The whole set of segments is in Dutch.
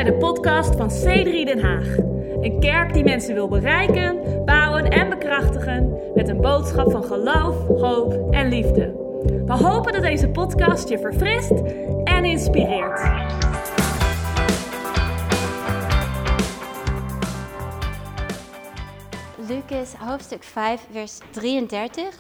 bij de podcast van C3 Den Haag. Een kerk die mensen wil bereiken, bouwen en bekrachtigen met een boodschap van geloof, hoop en liefde. We hopen dat deze podcast je verfrist en inspireert. Lucas hoofdstuk 5 vers 33.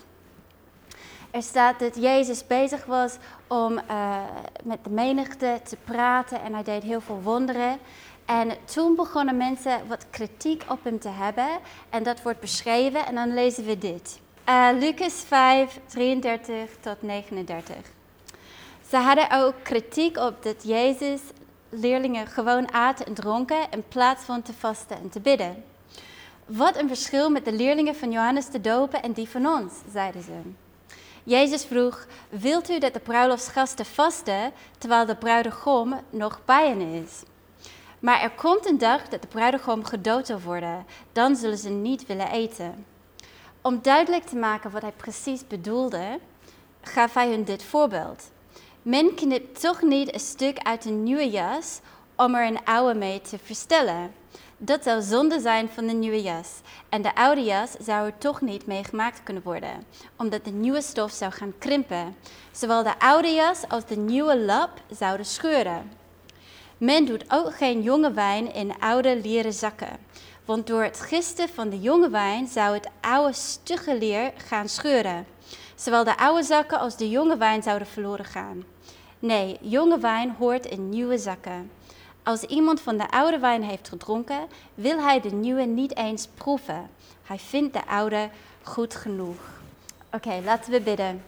Er staat dat Jezus bezig was om met de menigte te praten en hij deed heel veel wonderen. En toen begonnen mensen wat kritiek op hem te hebben en dat wordt beschreven en dan lezen we dit. Lucas 5, 33 tot 39. Ze hadden ook kritiek op dat Jezus leerlingen gewoon aten en dronken in plaats van te vasten en te bidden. Wat een verschil met de leerlingen van Johannes de Doper en die van ons, zeiden ze. Jezus vroeg, wilt u dat de bruiloftsgasten vasten terwijl de bruidegom nog bij hen is? Maar er komt een dag dat de bruidegom gedood zal worden, dan zullen ze niet willen eten. Om duidelijk te maken wat hij precies bedoelde, gaf hij hun dit voorbeeld. Men knipt toch niet een stuk uit een nieuwe jas om er een oude mee te verstellen. Dat zou zonde zijn van de nieuwe jas. En de oude jas zou er toch niet mee gemaakt kunnen worden, omdat de nieuwe stof zou gaan krimpen. Zowel de oude jas als de nieuwe lap zouden scheuren. Men doet ook geen jonge wijn in oude leren zakken. Want door het gisten van de jonge wijn zou het oude stugge leer gaan scheuren. Zowel de oude zakken als de jonge wijn zouden verloren gaan. Nee, jonge wijn hoort in nieuwe zakken. Als iemand van de oude wijn heeft gedronken, wil hij de nieuwe niet eens proeven. Hij vindt de oude goed genoeg. Oké, laten we bidden.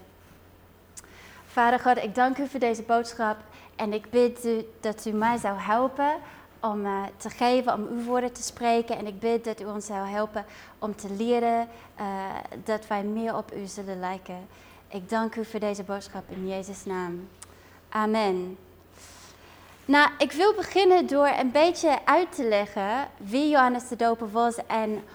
Vader God, ik dank u voor deze boodschap. En ik bid u dat u mij zou helpen om te geven, om uw woorden te spreken. En ik bid dat u ons zou helpen om te leren dat wij meer op u zullen lijken. Ik dank u voor deze boodschap in Jezus' naam. Amen. Nou, ik wil beginnen door een beetje uit te leggen wie Johannes de Doper was en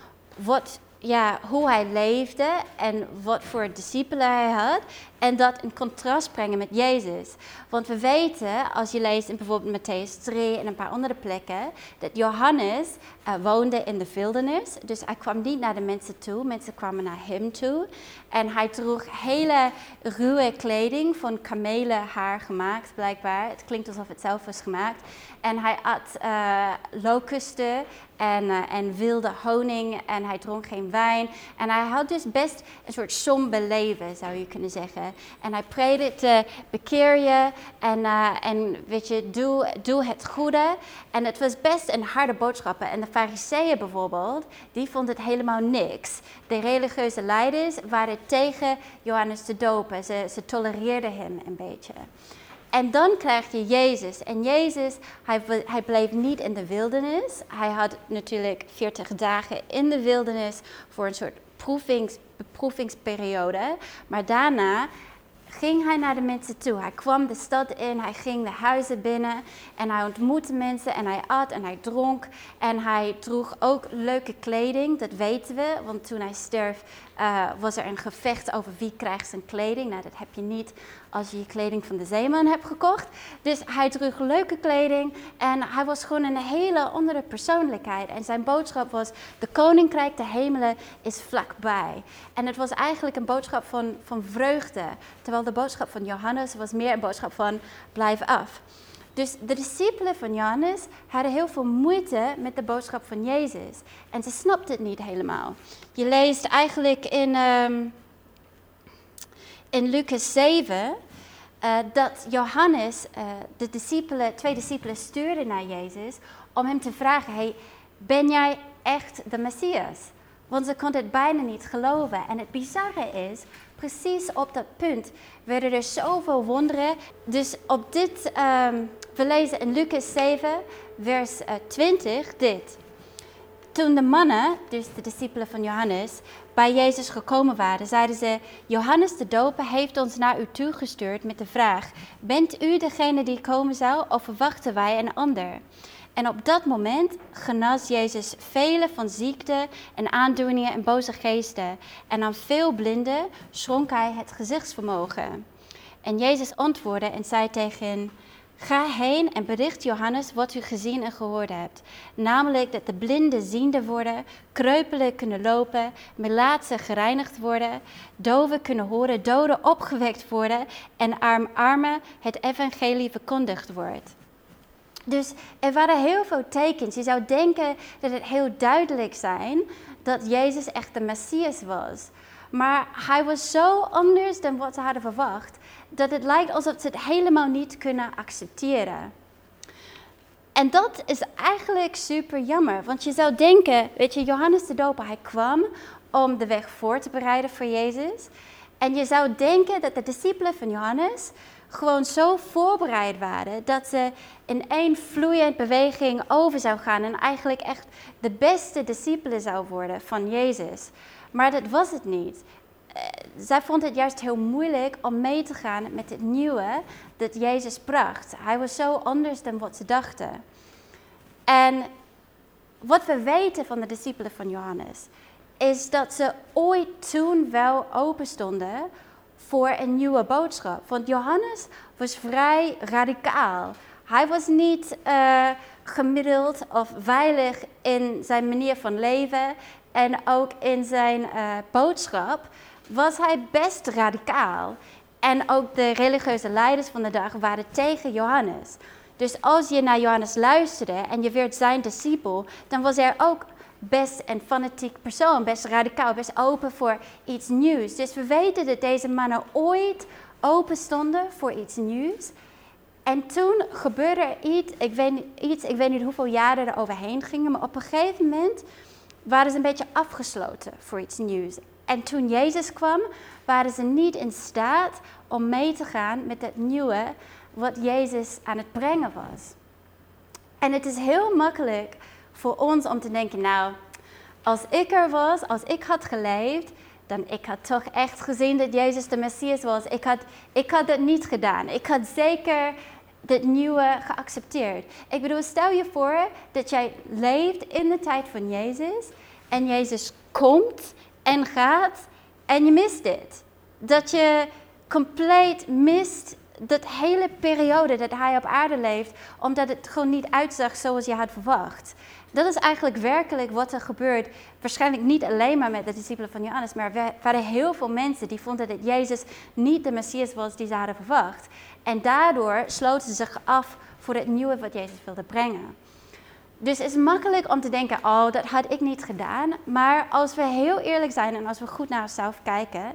hoe hij leefde en wat voor discipelen hij had. En dat in contrast brengen met Jezus. Want we weten, als je leest in bijvoorbeeld Matthäus 3 en een paar andere plekken, dat Johannes woonde in de wildernis. Dus hij kwam niet naar de mensen toe, mensen kwamen naar hem toe. En hij droeg hele ruwe kleding van kamelenhaar gemaakt, blijkbaar. Het klinkt alsof het zelf was gemaakt. En hij at locusten en wilde honing en hij dronk geen wijn. En hij had dus best een soort somber leven, zou je kunnen zeggen. En hij predikte, bekeer je en weet je, doe het goede. En het was best een harde boodschap. En de Farizeeën bijvoorbeeld, die vonden het helemaal niks. De religieuze leiders waren tegen Johannes de Doper. Ze tolereerden hem een beetje. En dan krijg je Jezus. En Jezus, hij bleef niet in de wildernis. Hij had natuurlijk 40 dagen in de wildernis voor een soort beproevingsperiode. Maar daarna ging hij naar de mensen toe. Hij kwam de stad in, hij ging de huizen binnen en hij ontmoette mensen en hij at en hij dronk. En hij droeg ook leuke kleding, dat weten we, want toen hij stierf was er een gevecht over wie krijgt zijn kleding. Nou, dat heb je niet als je je kleding van de zeeman hebt gekocht. Dus hij droeg leuke kleding en hij was gewoon een hele andere persoonlijkheid. En zijn boodschap was, de koninkrijk der hemelen is vlakbij. En het was eigenlijk een boodschap van vreugde. Terwijl de boodschap van Johannes was meer een boodschap van, blijf af. Dus de discipelen van Johannes hadden heel veel moeite met de boodschap van Jezus. En ze snapten het niet helemaal. Je leest eigenlijk in Lucas 7 dat Johannes twee discipelen stuurde naar Jezus om hem te vragen, hey, ben jij echt de Messias? Want ze konden het bijna niet geloven. En het bizarre is, precies op dat punt werden er zoveel wonderen. Dus op dit, we lezen in Lucas 7, vers 20 dit. Toen de mannen, dus de discipelen van Johannes, bij Jezus gekomen waren, zeiden ze, Johannes de Doper heeft ons naar u toegestuurd met de vraag, bent u degene die komen zou of verwachten wij een ander? En op dat moment genas Jezus vele van ziekten en aandoeningen en boze geesten. En aan veel blinden schonk hij het gezichtsvermogen. En Jezus antwoordde en zei tegen hen, Ga heen en bericht Johannes wat u gezien en gehoord hebt. Namelijk dat de blinden ziende worden, kreupelen kunnen lopen, melaatsen gereinigd worden, doven kunnen horen, doden opgewekt worden en armen het evangelie verkondigd wordt. Dus er waren heel veel tekens. Je zou denken dat het heel duidelijk zijn dat Jezus echt de Messias was. Maar hij was zo anders dan wat ze hadden verwacht, dat het lijkt alsof ze het helemaal niet kunnen accepteren. En dat is eigenlijk super jammer, want je zou denken, weet je, Johannes de Doper, hij kwam om de weg voor te bereiden voor Jezus. En je zou denken dat de discipelen van Johannes gewoon zo voorbereid waren dat ze in één vloeiend beweging over zou gaan en eigenlijk echt de beste discipelen zou worden van Jezus. Maar dat was het niet. Zij vond het juist heel moeilijk om mee te gaan met het nieuwe dat Jezus bracht. Hij was zo anders dan wat ze dachten. En wat we weten van de discipelen van Johannes is dat ze ooit toen wel open stonden voor een nieuwe boodschap. Want Johannes was vrij radicaal. Hij was niet gemiddeld of veilig in zijn manier van leven. En ook in zijn boodschap was hij best radicaal. En ook de religieuze leiders van de dag waren tegen Johannes. Dus als je naar Johannes luisterde en je werd zijn discipel, dan was hij ook best een fanatiek persoon, best radicaal, best open voor iets nieuws. Dus we weten dat deze mannen ooit open stonden voor iets nieuws. En toen gebeurde er iets, ik weet niet hoeveel jaren er overheen gingen, maar op een gegeven moment waren ze een beetje afgesloten voor iets nieuws. En toen Jezus kwam, waren ze niet in staat om mee te gaan met het nieuwe wat Jezus aan het brengen was. En het is heel makkelijk voor ons om te denken, nou, als ik er was, als ik had geleefd, dan ik had toch echt gezien dat Jezus de Messias was. Ik had dat niet gedaan. Ik had zeker het nieuwe geaccepteerd. Ik bedoel, stel je voor dat jij leeft in de tijd van Jezus en Jezus komt en gaat en je mist dit. Dat je compleet mist dat hele periode dat hij op aarde leeft, omdat het gewoon niet uitzag zoals je had verwacht. Dat is eigenlijk werkelijk wat er gebeurt. Waarschijnlijk niet alleen maar met de discipelen van Johannes, maar er waren heel veel mensen die vonden dat Jezus niet de Messias was die ze hadden verwacht. En daardoor sloten ze zich af voor het nieuwe wat Jezus wilde brengen. Dus het is makkelijk om te denken, oh, dat had ik niet gedaan. Maar als we heel eerlijk zijn en als we goed naar onszelf kijken,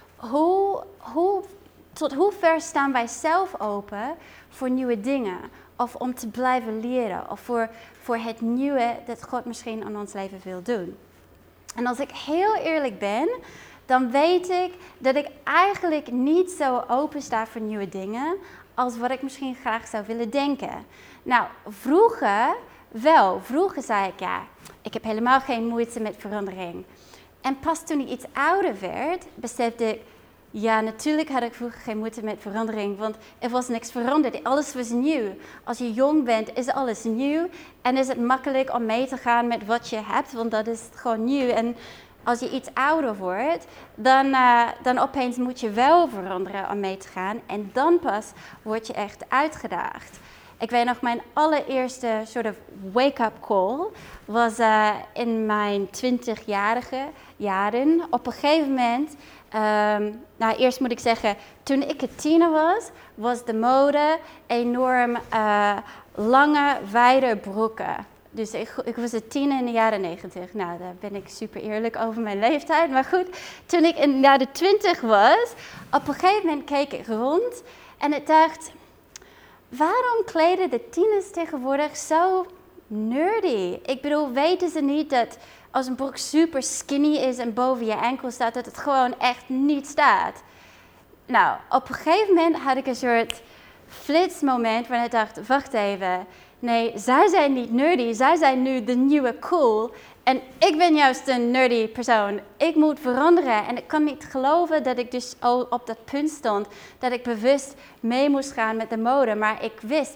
tot hoe ver staan wij zelf open voor nieuwe dingen? Of om te blijven leren, of voor het nieuwe dat God misschien aan ons leven wil doen. En als ik heel eerlijk ben, dan weet ik dat ik eigenlijk niet zo open sta voor nieuwe dingen als wat ik misschien graag zou willen denken. Nou, vroeger wel. Vroeger zei ik, ja, ik heb helemaal geen moeite met verandering. En pas toen ik iets ouder werd, besefte ik, ja, natuurlijk had ik vroeger geen moeite met verandering, want er was niks veranderd. Alles was nieuw. Als je jong bent, is alles nieuw en is het makkelijk om mee te gaan met wat je hebt, want dat is gewoon nieuw. En als je iets ouder wordt, dan opeens moet je wel veranderen om mee te gaan en dan pas word je echt uitgedaagd. Ik weet nog, mijn allereerste soort of wake-up call was in mijn 20-jarige jaren. Op een gegeven moment, nou eerst moet ik zeggen, toen ik een tiener was de mode enorm lange, wijde broeken. Dus ik was een tiener in de jaren 90. Nou, daar ben ik super eerlijk over mijn leeftijd. Maar goed, toen ik in de 20 was, op een gegeven moment keek ik rond en ik dacht, waarom kleden de tieners tegenwoordig zo nerdy? Ik bedoel, weten ze niet dat als een broek super skinny is en boven je enkel staat, dat het gewoon echt niet staat? Nou, op een gegeven moment had ik een soort flitsmoment waar ik dacht, wacht even. Nee, zij zijn niet nerdy, zij zijn nu de nieuwe cool En ik ben juist een nerdy persoon. Ik moet veranderen. En ik kan niet geloven dat ik dus al op dat punt stond. Dat ik bewust mee moest gaan met de mode. Maar ik wist,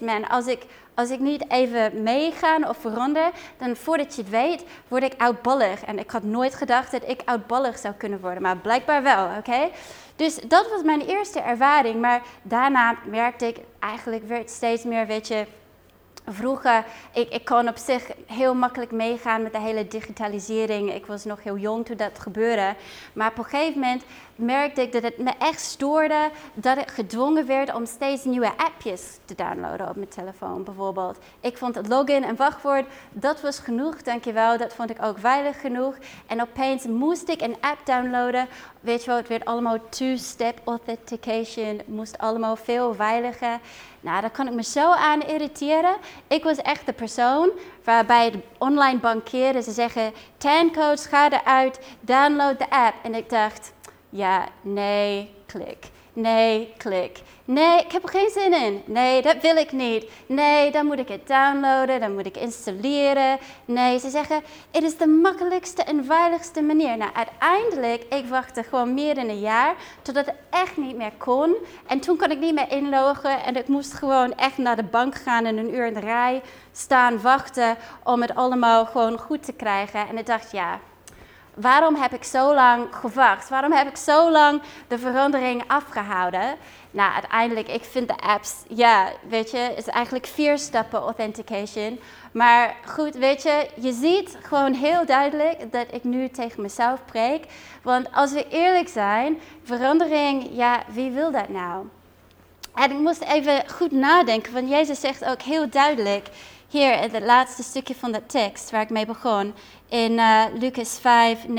als ik niet even meega of verander, dan voordat je het weet, word ik oudbollig. En ik had nooit gedacht dat ik oudbollig zou kunnen worden. Maar blijkbaar wel, oké? Dus dat was mijn eerste ervaring. Maar daarna merkte ik, eigenlijk werd het steeds meer, weet je... Vroeger, ik kon op zich heel makkelijk meegaan met de hele digitalisering. Ik was nog heel jong toen dat gebeurde. Maar op een gegeven moment merkte ik dat het me echt stoorde dat ik gedwongen werd om steeds nieuwe appjes te downloaden op mijn telefoon bijvoorbeeld. Ik vond het login en wachtwoord, dat was genoeg, dankjewel. Dat vond ik ook veilig genoeg. En opeens moest ik een app downloaden. Weet je wel, het werd allemaal two-step authentication. Het moest allemaal veel veiliger. Nou, daar kan ik me zo aan irriteren. Ik was echt de persoon waarbij het online bankeren, ze zeggen, 10 codes, ga eruit, download de app. En ik dacht, ja, nee, klik. Nee, klik. Nee, ik heb er geen zin in. Nee, dat wil ik niet. Nee, dan moet ik het downloaden, dan moet ik installeren. Nee, ze zeggen, het is de makkelijkste en veiligste manier. Nou, uiteindelijk, ik wachtte gewoon meer dan een jaar, totdat het echt niet meer kon. En toen kon ik niet meer inloggen en ik moest gewoon echt naar de bank gaan en een uur in de rij staan wachten om het allemaal gewoon goed te krijgen. En ik dacht, ja... Waarom heb ik zo lang gewacht? Waarom heb ik zo lang de verandering afgehouden? Nou, uiteindelijk, ik vind de apps, ja, weet je, is eigenlijk 4 stappen authentication. Maar goed, weet je, je ziet gewoon heel duidelijk dat ik nu tegen mezelf preek. Want als we eerlijk zijn, verandering, ja, wie wil dat nou? En ik moest even goed nadenken, want Jezus zegt ook heel duidelijk... Hier, het laatste stukje van de tekst waar ik mee begon, in Lucas 5,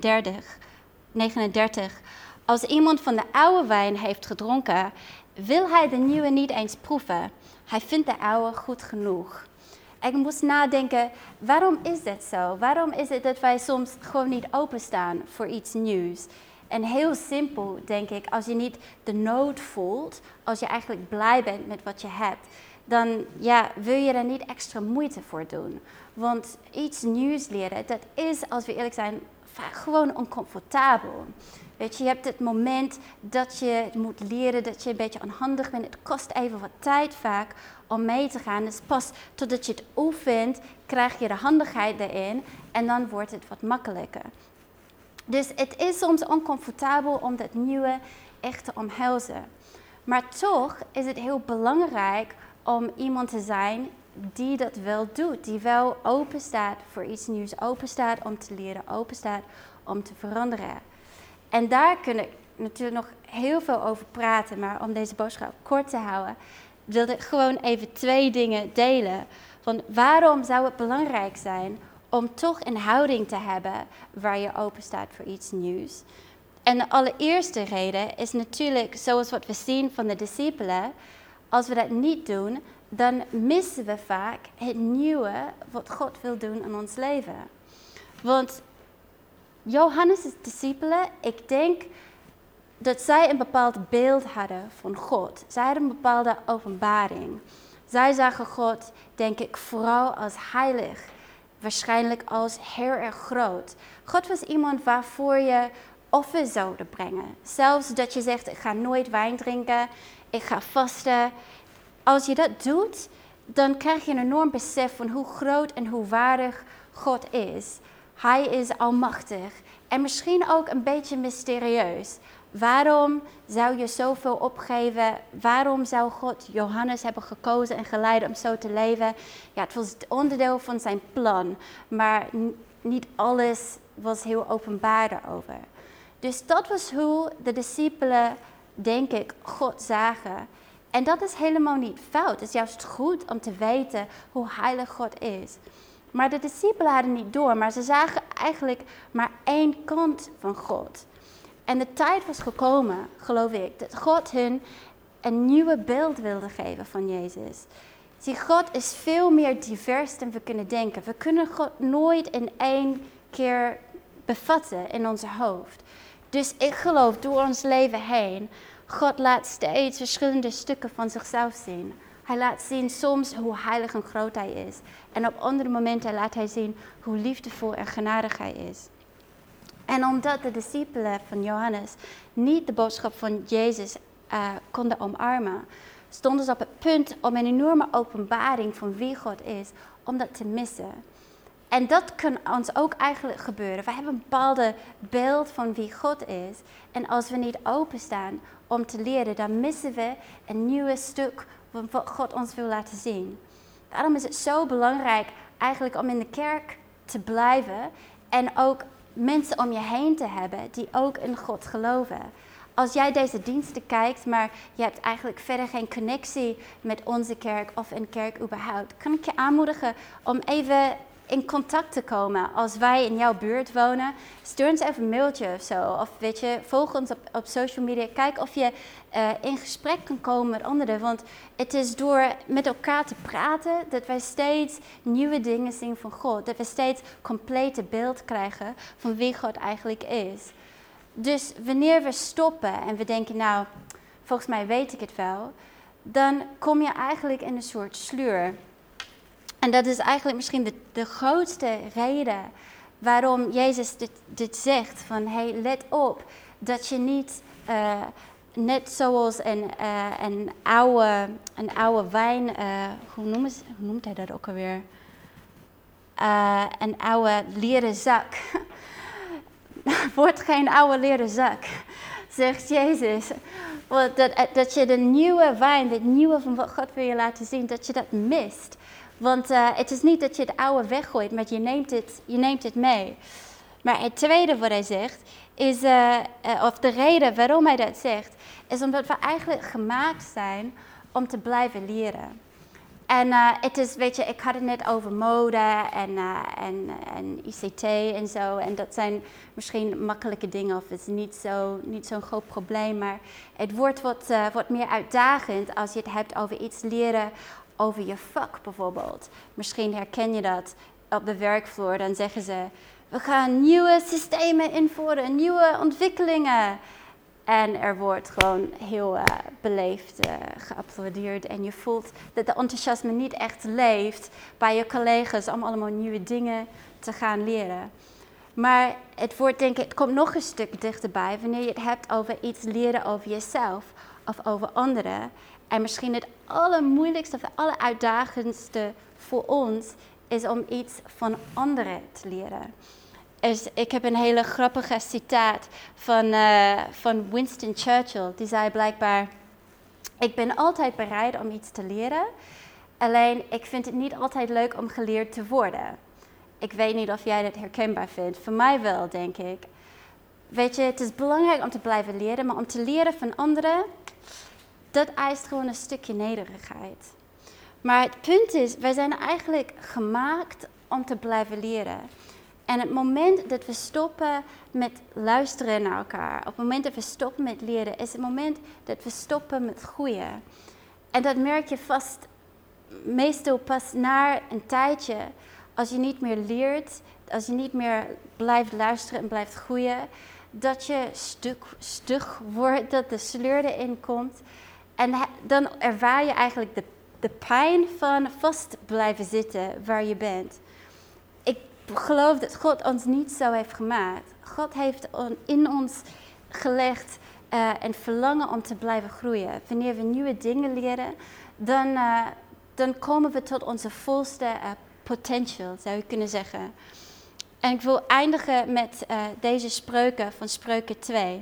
39. Als iemand van de oude wijn heeft gedronken, wil hij de nieuwe niet eens proeven. Hij vindt de oude goed genoeg. Ik moest nadenken, waarom is dat zo? Waarom is het dat wij soms gewoon niet openstaan voor iets nieuws? En heel simpel, denk ik, als je niet de nood voelt, als je eigenlijk blij bent met wat je hebt... dan ja, wil je er niet extra moeite voor doen. Want iets nieuws leren, dat is, als we eerlijk zijn, vaak gewoon oncomfortabel. Weet je, je hebt het moment dat je moet leren, dat je een beetje onhandig bent. Het kost even wat tijd vaak om mee te gaan. Dus pas totdat je het oefent, krijg je de handigheid erin en dan wordt het wat makkelijker. Dus het is soms oncomfortabel om dat nieuwe echt te omhelzen. Maar toch is het heel belangrijk om iemand te zijn die dat wel doet. Die wel open staat voor iets nieuws. Open staat om te leren. Open staat om te veranderen. En daar kun ik natuurlijk nog heel veel over praten. Maar om deze boodschap kort te houden, wilde ik gewoon even 2 dingen delen. Want waarom zou het belangrijk zijn om toch een houding te hebben waar je open staat voor iets nieuws? En de allereerste reden is natuurlijk, zoals wat we zien van de discipelen, als we dat niet doen, dan missen we vaak het nieuwe wat God wil doen in ons leven. Want Johannes' discipelen, ik denk dat zij een bepaald beeld hadden van God. Zij hadden een bepaalde openbaring. Zij zagen God, denk ik, vooral als heilig. Waarschijnlijk als heel erg groot. God was iemand waarvoor je offer zouden brengen. Zelfs dat je zegt, ik ga nooit wijn drinken, ik ga vasten. Als je dat doet, dan krijg je een enorm besef van hoe groot en hoe waardig God is. Hij is almachtig en misschien ook een beetje mysterieus. Waarom zou je zoveel opgeven? Waarom zou God Johannes hebben gekozen en geleid om zo te leven? Ja, het was onderdeel van zijn plan, maar niet alles was heel openbaar daarover. Dus dat was hoe de discipelen, denk ik, God zagen. En dat is helemaal niet fout. Het is juist goed om te weten hoe heilig God is. Maar de discipelen hadden niet door, maar ze zagen eigenlijk maar 1 kant van God. En de tijd was gekomen, geloof ik, dat God hun een nieuwe beeld wilde geven van Jezus. Zie, God is veel meer divers dan we kunnen denken. We kunnen God nooit in 1 keer bevatten in ons hoofd. Dus ik geloof door ons leven heen, God laat steeds verschillende stukken van zichzelf zien. Hij laat zien soms hoe heilig en groot hij is. En op andere momenten laat hij zien hoe liefdevol en genadig hij is. En omdat de discipelen van Johannes niet de boodschap van Jezus konden omarmen, stonden ze op het punt om een enorme openbaring van wie God is, om dat te missen. En dat kan ons ook eigenlijk gebeuren. We hebben een bepaalde beeld van wie God is. En als we niet openstaan om te leren, dan missen we een nieuwe stuk van wat God ons wil laten zien. Daarom is het zo belangrijk eigenlijk om in de kerk te blijven en ook mensen om je heen te hebben die ook in God geloven. Als jij deze diensten kijkt, maar je hebt eigenlijk verder geen connectie met onze kerk of een kerk überhaupt, kan ik je aanmoedigen om even in contact te komen. Als wij in jouw buurt wonen, stuur ons even een mailtje of zo. Of weet je, volg ons op social media. Kijk of je in gesprek kan komen met anderen. Want het is door met elkaar te praten dat wij steeds nieuwe dingen zien van God. Dat we steeds complete beeld krijgen van wie God eigenlijk is. Dus wanneer we stoppen en we denken, nou, volgens mij weet ik het wel, dan kom je eigenlijk in een soort sleur. En dat is eigenlijk misschien de grootste reden waarom Jezus dit zegt. Van, hey, let op dat je niet net zoals een oude wijn, hoe noemt hij dat ook alweer? Een oude leren zak. Word geen oude leren zak, zegt Jezus. Dat je de nieuwe wijn, het nieuwe van wat God wil je laten zien, dat je dat mist. Want het is niet dat je het oude weggooit, maar je neemt het mee. Maar het tweede wat hij zegt, is, of de reden waarom hij dat zegt, is omdat we eigenlijk gemaakt zijn om te blijven leren. En het is, weet je, ik had het net over mode en ICT en zo. En dat zijn misschien makkelijke dingen of het is niet zo'n groot probleem. Maar het wordt wat meer uitdagend als je het hebt over iets leren over je vak bijvoorbeeld. Misschien herken je dat op de werkvloer. Dan zeggen ze, we gaan nieuwe systemen invoeren, nieuwe ontwikkelingen. En er wordt gewoon heel beleefd geapplaudeerd. En je voelt dat de enthousiasme niet echt leeft bij je collega's om allemaal nieuwe dingen te gaan leren. Maar het komt nog een stuk dichterbij wanneer je het hebt over iets leren over jezelf of over anderen. En misschien het allermoeilijkste of het alleruitdagendste voor ons is om iets van anderen te leren. Ik heb een hele grappige citaat van Winston Churchill. Die zei blijkbaar, ik ben altijd bereid om iets te leren. Alleen ik vind het niet altijd leuk om geleerd te worden. Ik weet niet of jij dat herkenbaar vindt. Voor mij wel, denk ik. Weet je, het is belangrijk om te blijven leren. Maar om te leren van anderen, dat eist gewoon een stukje nederigheid. Maar het punt is, wij zijn eigenlijk gemaakt om te blijven leren. En het moment dat we stoppen met luisteren naar elkaar, op het moment dat we stoppen met leren, is het moment dat we stoppen met groeien. En dat merk je vast meestal pas na een tijdje, als je niet meer leert, als je niet meer blijft luisteren en blijft groeien, dat je stug wordt, dat de sleur erin komt. En dan ervaar je eigenlijk de pijn van vast blijven zitten waar je bent. Ik geloof dat God ons niet zo heeft gemaakt. God heeft in ons gelegd een verlangen om te blijven groeien. Wanneer we nieuwe dingen leren, dan komen we tot onze volste potential, zou je kunnen zeggen. En ik wil eindigen met deze spreuken van Spreuken 2.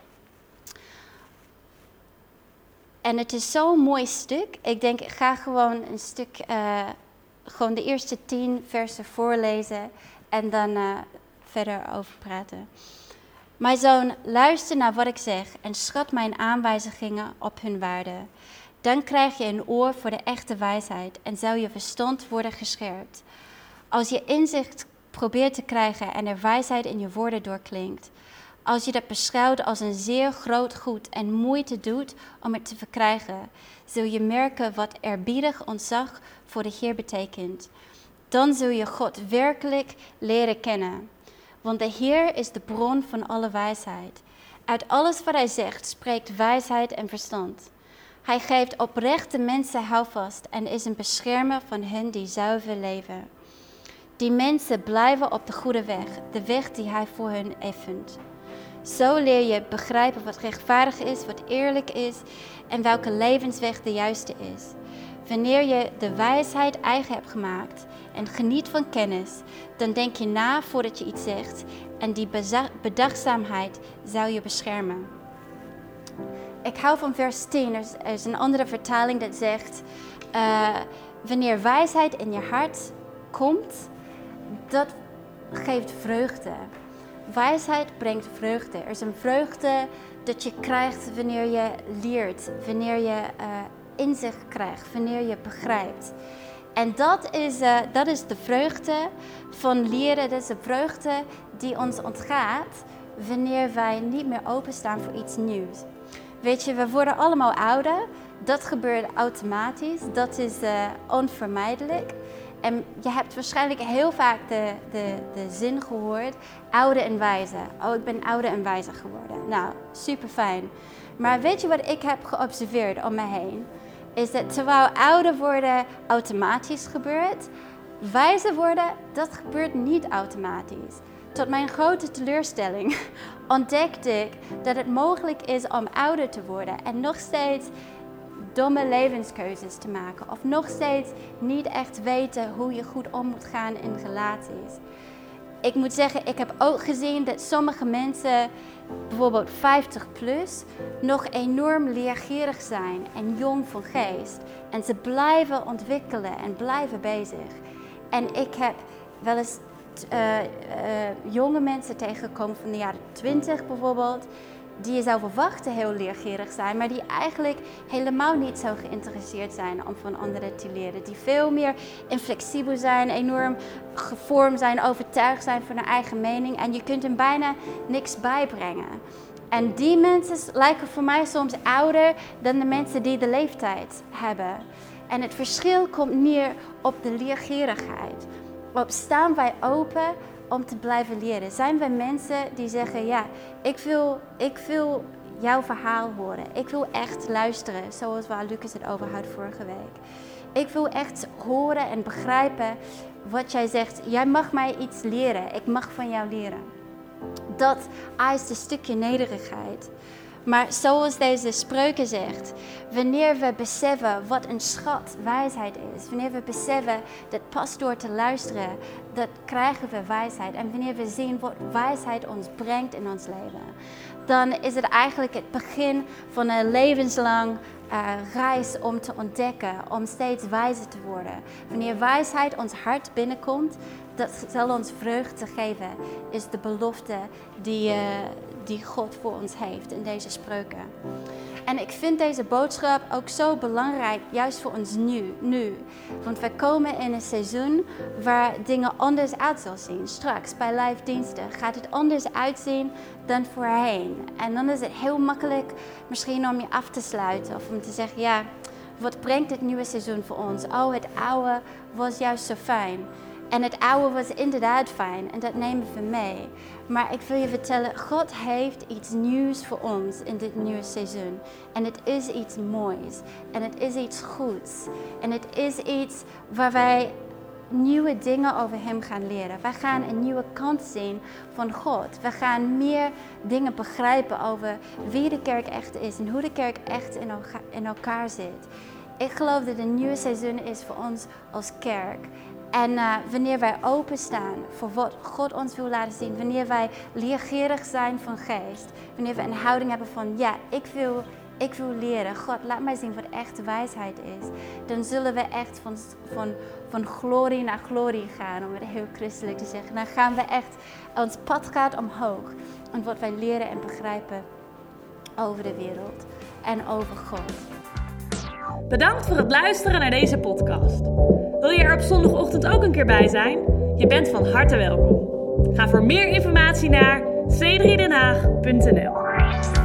En het is zo'n mooi stuk. Ik denk, ik ga gewoon een stuk, gewoon de eerste 10 versen voorlezen en dan verder over praten. Mijn zoon, luister naar wat ik zeg en schat mijn aanwijzingen op hun waarde. Dan krijg je een oor voor de echte wijsheid en zal je verstand worden gescherpt. Als je inzicht probeert te krijgen en er wijsheid in je woorden doorklinkt. Als je dat beschouwt als een zeer groot goed en moeite doet om het te verkrijgen, zul je merken wat eerbiedig ontzag voor de Heer betekent. Dan zul je God werkelijk leren kennen. Want de Heer is de bron van alle wijsheid. Uit alles wat hij zegt spreekt wijsheid en verstand. Hij geeft oprechte mensen houvast en is een beschermer van hen die zuiver leven. Die mensen blijven op de goede weg, de weg die hij voor hen effent. Zo leer je begrijpen wat rechtvaardig is, wat eerlijk is en welke levensweg de juiste is. Wanneer je de wijsheid eigen hebt gemaakt en geniet van kennis, dan denk je na voordat je iets zegt en die bedachtzaamheid zou je beschermen. Ik hou van vers 10, er is een andere vertaling dat zegt, wanneer wijsheid in je hart komt, dat geeft vreugde. Wijsheid brengt vreugde. Er is een vreugde dat je krijgt wanneer je leert, wanneer je inzicht krijgt, wanneer je begrijpt. En dat is de vreugde van leren, dat is de vreugde die ons ontgaat wanneer wij niet meer openstaan voor iets nieuws. Weet je, we worden allemaal ouder, dat gebeurt automatisch, dat is onvermijdelijk. En je hebt waarschijnlijk heel vaak de zin gehoord, ouder en wijzer. Oh, ik ben ouder en wijzer geworden. Nou, super fijn. Maar weet je wat ik heb geobserveerd om me heen? Is dat terwijl ouder worden automatisch gebeurt, wijzer worden, dat gebeurt niet automatisch. Tot mijn grote teleurstelling ontdekte ik dat het mogelijk is om ouder te worden en nog steeds domme levenskeuzes te maken. Of nog steeds niet echt weten hoe je goed om moet gaan in relaties. Ik moet zeggen, ik heb ook gezien dat sommige mensen, bijvoorbeeld 50 plus, nog enorm leergierig zijn en jong van geest. En ze blijven ontwikkelen en blijven bezig. En ik heb wel eens jonge mensen tegengekomen van de jaren 20 bijvoorbeeld, die je zou verwachten heel leergierig zijn, maar die eigenlijk helemaal niet zo geïnteresseerd zijn om van anderen te leren. Die veel meer inflexibel zijn, enorm gevormd zijn, overtuigd zijn van hun eigen mening en je kunt hen bijna niks bijbrengen. En die mensen lijken voor mij soms ouder dan de mensen die de leeftijd hebben. En het verschil komt neer op de leergierigheid. Op staan wij open om te blijven leren? Zijn wij mensen die zeggen, ja, ik wil jouw verhaal horen. Ik wil echt luisteren, zoals waar Lucas het over had vorige week. Ik wil echt horen en begrijpen wat jij zegt. Jij mag mij iets leren, ik mag van jou leren. Dat eist een stukje nederigheid. Maar zoals deze spreuken zegt, wanneer we beseffen wat een schat wijsheid is, wanneer we beseffen dat pas door te luisteren, dat krijgen we wijsheid. En wanneer we zien wat wijsheid ons brengt in ons leven, dan is het eigenlijk het begin van een levenslang reis om te ontdekken, om steeds wijzer te worden. Wanneer wijsheid ons hart binnenkomt, dat zal ons vreugde geven, is de belofte die God voor ons heeft in deze spreuken. En ik vind deze boodschap ook zo belangrijk, juist voor ons nu. Want we komen in een seizoen waar dingen anders uit zullen zien. Straks bij live diensten gaat het anders uitzien dan voorheen. En dan is het heel makkelijk misschien om je af te sluiten of om te zeggen, ja, wat brengt het nieuwe seizoen voor ons? Oh, het oude was juist zo fijn. En het oude was inderdaad fijn en dat nemen we mee. Maar ik wil je vertellen, God heeft iets nieuws voor ons in dit nieuwe seizoen. En het is iets moois. En het is iets goeds. En het is iets waar wij nieuwe dingen over hem gaan leren. Wij gaan een nieuwe kant zien van God. We gaan meer dingen begrijpen over wie de kerk echt is en hoe de kerk echt in elkaar zit. Ik geloof dat een nieuwe seizoen is voor ons als kerk. En wanneer wij openstaan voor wat God ons wil laten zien, wanneer wij leergierig zijn van geest, wanneer we een houding hebben van, ja, ik wil leren, God, laat mij zien wat echte wijsheid is, dan zullen we echt van glorie naar glorie gaan, om het heel christelijk te zeggen. Dan gaan we echt, ons pad gaat omhoog, en wat wij leren en begrijpen over de wereld en over God. Bedankt voor het luisteren naar deze podcast. Wil je er op zondagochtend ook een keer bij zijn? Je bent van harte welkom. Ga voor meer informatie naar c3denhaag.nl.